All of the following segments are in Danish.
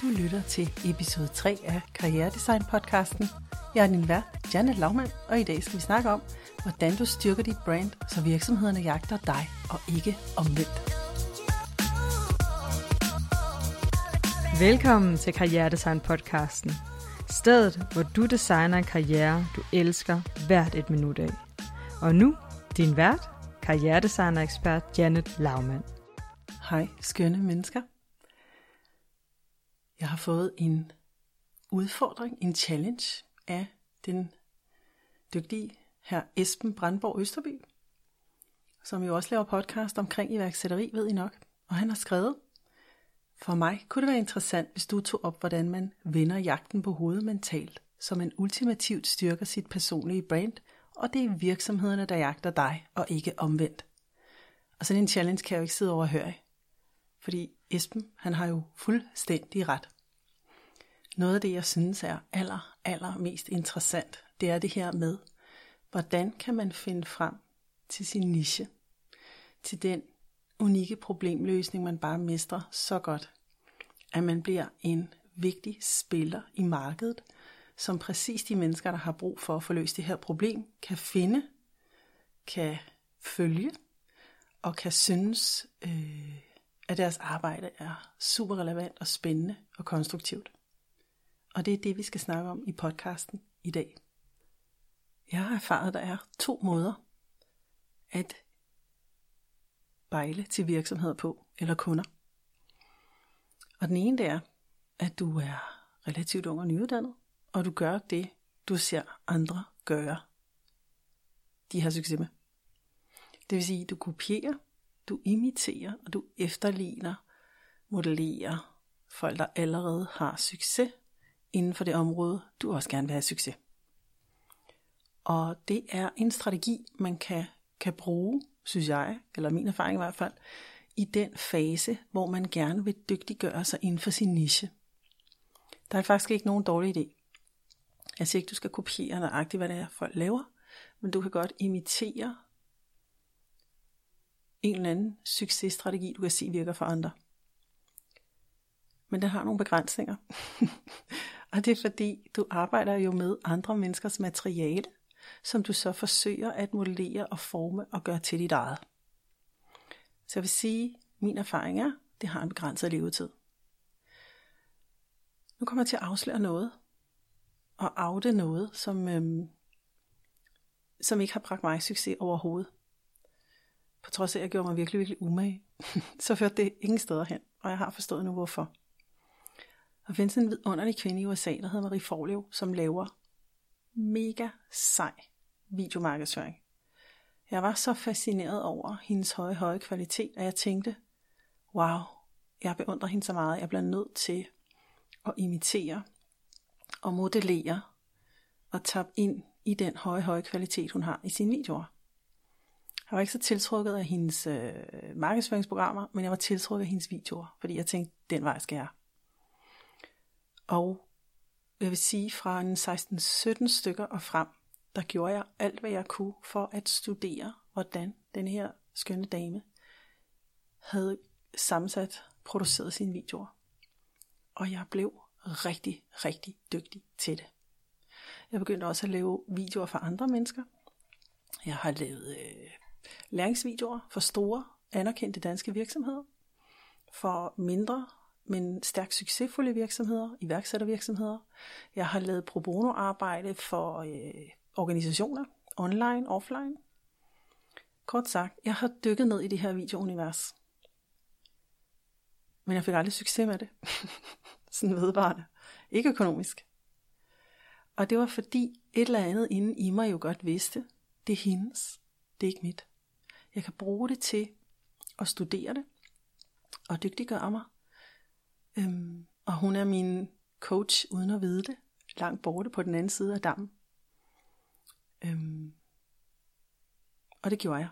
Du lytter til episode 3 af Karrieredesign-podcasten. Jeg er din vært, Janet Laumann, og i dag skal vi snakke om, hvordan du styrker dit brand, så virksomhederne jagter dig og ikke omvendt. Velkommen til Karrieredesign-podcasten. Stedet, hvor du designer en karriere, du elsker hvert et minut af. Og nu, din vært, karrieredesigner-ekspert Janet Laumann. Hej skønne mennesker. Jeg har fået en udfordring, en challenge af den dygtige hr. Esben Brandborg Østerby, som jo også laver podcast omkring iværksætteri, ved I nok. Og han har skrevet: For mig kunne det være interessant, hvis du tog op, hvordan man vender jagten på hovedet mentalt, så man ultimativt styrker sit personlige brand, og det er virksomhederne, der jagter dig, og ikke omvendt. Og sådan en challenge kan jeg jo ikke sidde overhøre, fordi Esben, han har jo fuldstændig ret. Noget af det, jeg synes er aller mest interessant, det er det her med, hvordan kan man finde frem til sin niche, til den unikke problemløsning, man bare mestrer så godt, at man bliver en vigtig spiller i markedet, som præcis de mennesker, der har brug for at få løst det her problem, kan finde, kan følge og kan synes, at deres arbejde er super relevant og spændende og konstruktivt. Og det er det, vi skal snakke om i podcasten i dag. Jeg har erfaret, at der er 2 måder at bejle til virksomheder på, eller kunder. Og den ene, det er, at du er relativt ung og nyuddannet, og du gør det, du ser andre gøre. De har succes med. Det vil sige, at du kopierer, du imiterer, og du efterligner, modellerer folk, der allerede har succes inden for det område, du også gerne vil have succes. Og det er en strategi, man kan bruge, synes jeg, eller min erfaring i hvert fald, i den fase, hvor man gerne vil dygtiggøre sig inden for sin niche. Der er faktisk ikke nogen dårlig idé. Jeg siger ikke, du skal kopiere nøjagtigt, hvad det er, folk laver, men du kan godt imitere en eller anden successtrategi, du kan se virker for andre. Men den har nogle begrænsninger. Og det er fordi, du arbejder jo med andre menneskers materiale, som du så forsøger at modellere og forme og gøre til dit eget. Så jeg vil sige, min erfaring er, det har en begrænset levetid. Nu kommer jeg til at afsløre noget, og oute noget, som ikke har bragt mig succes overhovedet. På trods af, at jeg gjorde mig virkelig umage, så førte det ingen steder hen, og jeg har forstået nu hvorfor. Der findes en vidunderlig kvinde i USA, der hedder Marie Forlev, som laver mega sej videomarkedsføring. Jeg var så fascineret over hendes høje kvalitet, at jeg tænkte, wow, jeg beundrer hende så meget, jeg bliver nødt til at imitere og modellere og tabe ind i den høje kvalitet, hun har i sine videoer. Jeg var ikke så tiltrukket af hendes markedsføringsprogrammer, men jeg var tiltrukket af hendes videoer, fordi jeg tænkte, den vej skal jeg. Og jeg vil sige, fra en 16-17 stykker og frem, der gjorde jeg alt, hvad jeg kunne for at studere, hvordan den her skønne dame havde produceret sine videoer. Og jeg blev rigtig dygtig til det. Jeg begyndte også at lave videoer for andre mennesker. Jeg har lavet læringsvideoer for store, anerkendte danske virksomheder, for mindre, men stærkt succesfulde virksomheder, iværksættervirksomheder. Jeg har lavet pro bono arbejde for organisationer, online, offline. Kort sagt, jeg har dykket ned i det her videounivers. Men jeg fik aldrig succes med det. Sådan vedvarende. Ikke økonomisk. Og det var fordi et eller andet inde i mig jo godt vidste, det er hendes, det er ikke mit. Jeg kan bruge det til at studere det og dygtiggøre mig. Og hun er min coach uden at vide det, langt borte på den anden side af dammen. Og det gjorde jeg.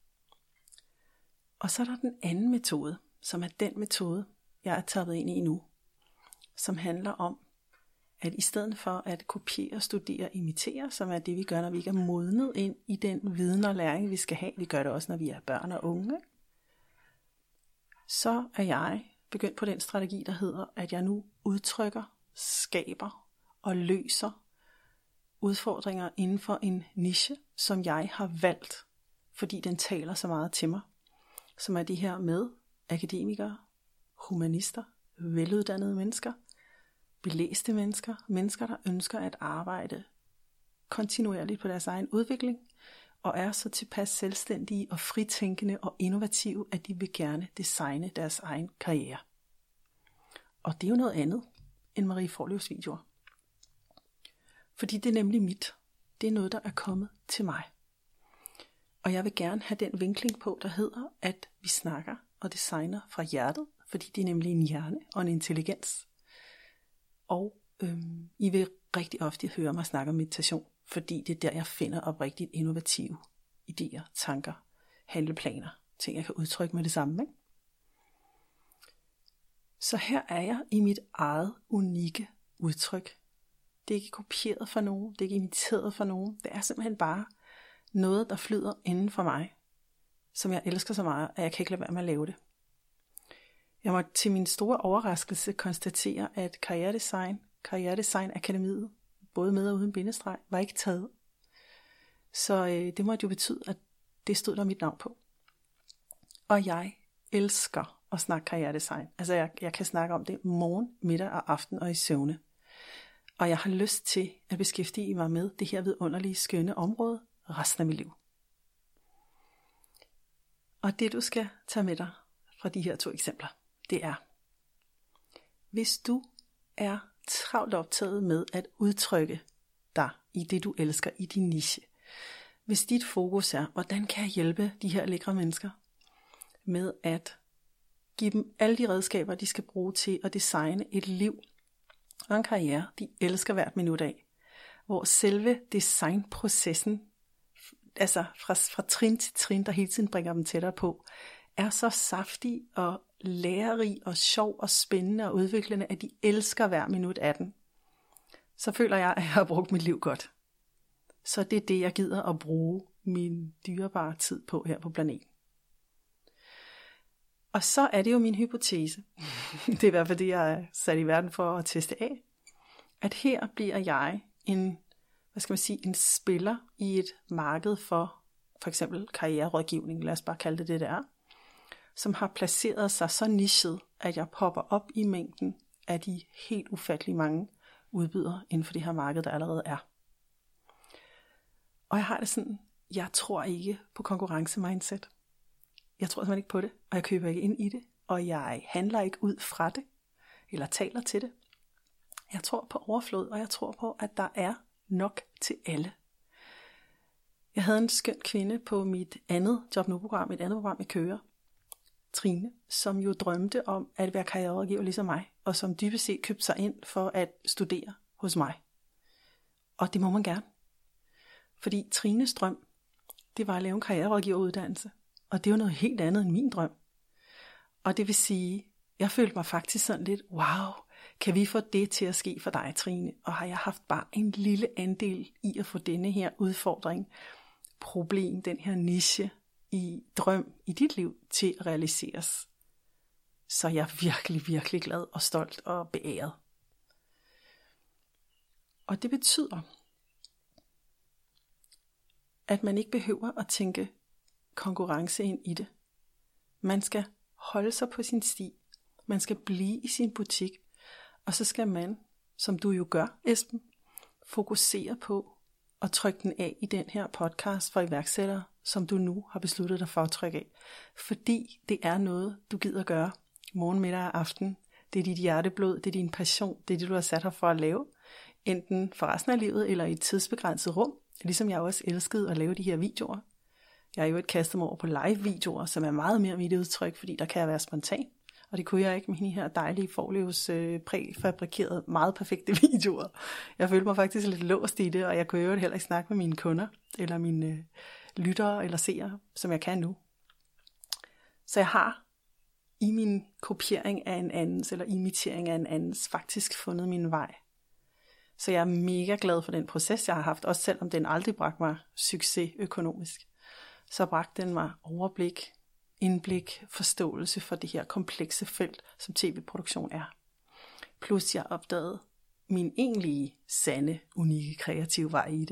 Og så er der den anden metode, som er den metode, jeg er tappet ind i nu, som handler om, at i stedet for at kopiere, studere, imitere, som er det vi gør, når vi ikke er modnet ind i den viden og læring vi skal have, vi gør det også når vi er børn og unge, så er jeg begyndt på den strategi, der hedder, at jeg nu udtrykker, skaber og løser udfordringer inden for en niche, som jeg har valgt, fordi den taler så meget til mig, som er de her med akademikere, humanister, veluddannede mennesker, belæste mennesker, mennesker, der ønsker at arbejde kontinuerligt på deres egen udvikling, og er så tilpas selvstændige og fritænkende og innovative, at de vil gerne designe deres egen karriere. Og det er jo noget andet end Marie Forløvs videoer. Fordi det er nemlig mit. Det er noget, der er kommet til mig. Og jeg vil gerne have den vinkling på, der hedder, at vi snakker og designer fra hjertet, fordi det er nemlig en hjerne og en intelligens. Og I vil rigtig ofte høre mig snakke om meditation, fordi det er der, jeg finder oprigtigt innovative idéer, tanker, handleplaner, ting jeg kan udtrykke med det samme. Ikke? Så her er jeg i mit eget unikke udtryk. Det er ikke kopieret fra nogen, det er ikke imiteret fra nogen. Det er simpelthen bare noget, der flyder inden for mig, som jeg elsker så meget, at jeg kan ikke lade være med at lave det. Jeg må til min store overraskelse konstatere, at Karrieredesign Akademiet, både med og uden bindestreg, var ikke taget. Så det måtte jo betyde, at det stod der mit navn på. Og jeg elsker at snakke karrieredesign. Altså jeg kan snakke om det morgen, middag og aften og i søvne. Og jeg har lyst til at beskæftige mig med det her vidunderlige, skønne område resten af mit liv. Og det du skal tage med dig fra de her 2 eksempler, det er, hvis du er travlt optaget med at udtrykke dig i det du elsker, i din niche. Hvis dit fokus er, hvordan kan jeg hjælpe de her lækre mennesker med at give dem alle de redskaber, de skal bruge til at designe et liv og en karriere, de elsker hvert minut af. Hvor selve designprocessen, altså fra trin til trin, der hele tiden bringer dem tættere på, er så saftig og lærerig og sjov og spændende og udviklende, at de elsker hver minut af den. Så føler jeg, at jeg har brugt mit liv godt. Så det er det, jeg gider at bruge min dyrebare tid på her på planeten. Og så er det jo min hypotese. Det er i hvert fald det, jeg er sat i verden for at teste af. At her bliver jeg en spiller i et marked for eksempel karriererådgivning, lad os bare kalde det der, som har placeret sig så nichet, at jeg popper op i mængden af de helt ufattelig mange udbydere inden for det her marked, der allerede er. Og jeg har det sådan, jeg tror ikke på konkurrence-mindset. Jeg tror simpelthen ikke på det, og jeg køber ikke ind i det, og jeg handler ikke ud fra det, eller taler til det. Jeg tror på overflod, og jeg tror på, at der er nok til alle. Jeg havde en skøn kvinde på mit andet Job Nu-program, et andet program i Køge, Trine, som jo drømte om at være karriererådgiver ligesom mig, og som dybest set købte sig ind for at studere hos mig. Og det må man gerne. Fordi Trines drøm, det var at lave en karriererådgiveruddannelse, og det var noget helt andet end min drøm. Og det vil sige, jeg følte mig faktisk sådan lidt, wow, kan vi få det til at ske for dig, Trine? Og har jeg haft bare en lille andel i at få denne her udfordring, problem, den her niche i drøm i dit liv til at realiseres. Så jeg er virkelig, virkelig glad og stolt og beæret. Og det betyder, at man ikke behøver at tænke konkurrence ind i det. Man skal holde sig på sin sti. Man skal blive i sin butik. Og så skal man, som du jo gør, Esben, fokusere på at trykke den af i den her podcast for iværksættere, som du nu har besluttet dig for at trykke af. Fordi det er noget, du gider gøre morgen, middag og aften. Det er dit hjerteblod, det er din passion, det er det, du har sat her for at lave. Enten for resten af livet eller i et tidsbegrænset rum. Ligesom jeg også elskede at lave de her videoer. Jeg har jo kastet mig over på live-videoer, som er meget mere mit udtryk, fordi der kan jeg være spontan. Og det kunne jeg ikke med de her dejlige Forløvs præfabrikerede, meget perfekte videoer. Jeg følte mig faktisk lidt låst i det, og jeg kunne jo heller ikke snakke med mine kunder, eller mine lyttere eller seere, som jeg kan nu. Så jeg har i min kopiering af en andens, eller imitering af en andens, faktisk fundet min vej. Så jeg er mega glad for den proces, jeg har haft, også selvom den aldrig bragte mig succes økonomisk. Så bragte den mig overblik, indblik, forståelse for det her komplekse felt, som tv-produktion er. Plus jeg opdagede min egentlige, sande, unikke, kreative vej i det.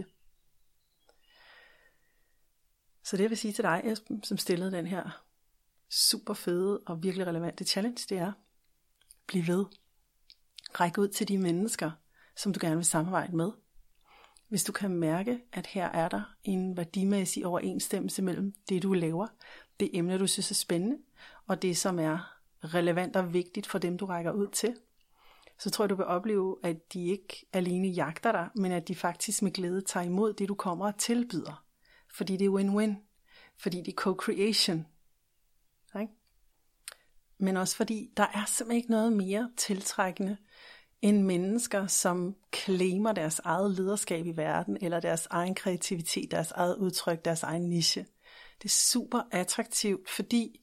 Så det jeg vil sige til dig, Esben, som stillede den her super fede og virkelig relevante challenge, det er, bliv ved. Ræk ud til de mennesker, som du gerne vil samarbejde med. Hvis du kan mærke, at her er der en værdimæssig overensstemmelse mellem det, du laver, det emne, du synes er spændende, og det, som er relevant og vigtigt for dem, du rækker ud til, så tror jeg, du vil opleve, at de ikke alene jagter dig, men at de faktisk med glæde tager imod det, du kommer og tilbyder. Fordi det er win-win. Fordi det er co-creation. Okay? Men også fordi, der er simpelthen ikke noget mere tiltrækkende, end mennesker, som claimer deres eget lederskab i verden, eller deres egen kreativitet, deres eget udtryk, deres egen niche. Det er super attraktivt, fordi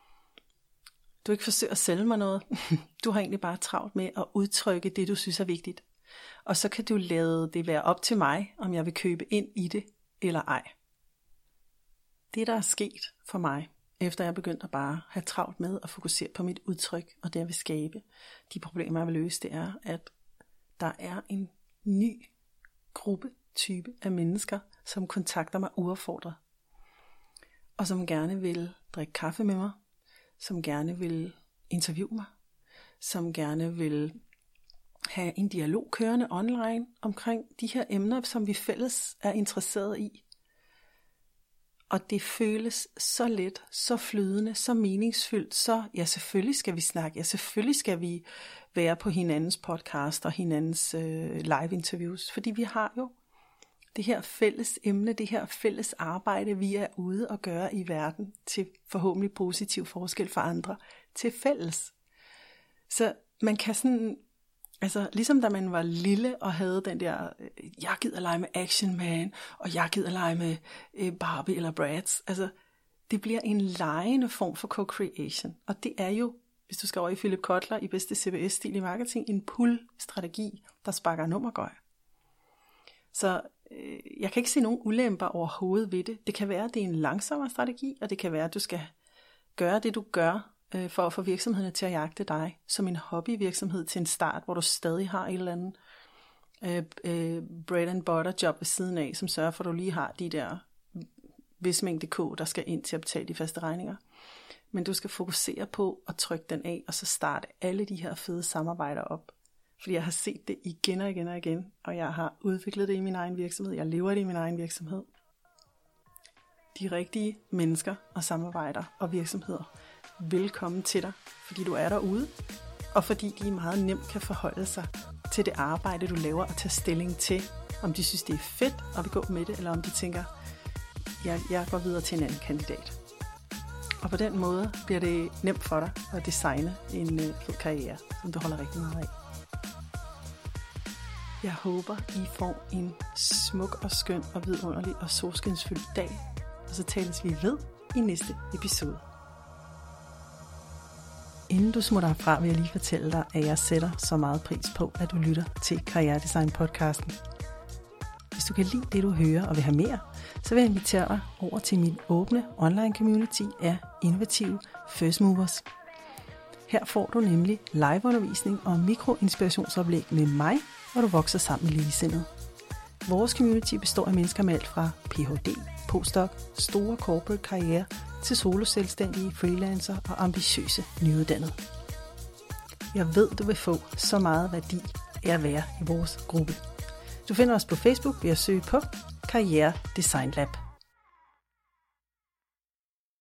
du ikke forsøger at sælge mig noget. Du har egentlig bare travlt med at udtrykke det, du synes er vigtigt. Og så kan du lade det være op til mig, om jeg vil købe ind i det eller ej. Det, der er sket for mig, efter jeg begyndte at bare have travlt med at fokusere på mit udtryk, og det jeg vil skabe, de problemer jeg vil løse, det er, at der er en ny gruppetype af mennesker, som kontakter mig uopfordret. Og som gerne vil drikke kaffe med mig, som gerne vil interviewe mig, som gerne vil have en dialog kørende online omkring de her emner, som vi fælles er interesseret i. Og det føles så let, så flydende, så meningsfyldt, så ja, selvfølgelig skal vi snakke, ja, selvfølgelig skal vi være på hinandens podcast og hinandens live interviews, fordi vi har jo det her fælles emne, det her fælles arbejde, vi er ude og gøre i verden til forhåbentlig positiv forskel for andre, til fælles. Så man kan sådan, altså ligesom da man var lille og havde den der, jeg gider lege med Action Man, og jeg gider lege med Barbie eller Bratz, altså det bliver en legende form for co-creation, og det er jo, hvis du skal over i Philip Kotler i bedste CBS-stil i marketing, en pull-strategi, der sparker nummergøj. Så jeg kan ikke se nogen ulemper overhovedet ved det. Det kan være, at det er en langsommere strategi, og det kan være, at du skal gøre det, du gør, for at få virksomhederne til at jagte dig som en hobbyvirksomhed til en start, hvor du stadig har et eller andet bread and butter job ved siden af, som sørger for, at du lige har de der vis mængde kog, der skal ind til at betale de faste regninger. Men du skal fokusere på at trykke den af, og så starte alle de her fede samarbejder op. Fordi jeg har set det igen og igen og igen, og jeg har udviklet det i min egen virksomhed, jeg lever det i min egen virksomhed. De rigtige mennesker og samarbejder og virksomheder velkommen til dig, fordi du er derude, og fordi de meget nemt kan forholde sig til det arbejde, du laver, og tage stilling til, om de synes, det er fedt at gå med det, eller om de tænker, jeg går videre til en anden kandidat. Og på den måde bliver det nemt for dig at designe en fed karriere, som du holder rigtig meget af. Jeg håber, I får en smuk og skøn og vidunderlig og solskinsfyldt dag, og så tales vi ved i næste episode. Inden du smutter herfra, vil jeg lige fortælle dig, at jeg sætter så meget pris på, at du lytter til Karrieredesign-podcasten. Hvis du kan lide det, du hører og vil have mere, så vil jeg invitere dig over til min åbne online community af innovative first movers. Her får du nemlig liveundervisning og mikroinspirationsoplæg med mig, hvor du vokser sammen med ligesindede. Vores community består af mennesker med alt fra Ph.D., postdoc, store corporate karriere til soloselvstændige, freelancer og ambitiøse nyuddannede. Jeg ved, du vil få så meget værdi af at være i vores gruppe. Du finder os på Facebook ved at søge på Karriere Design Lab.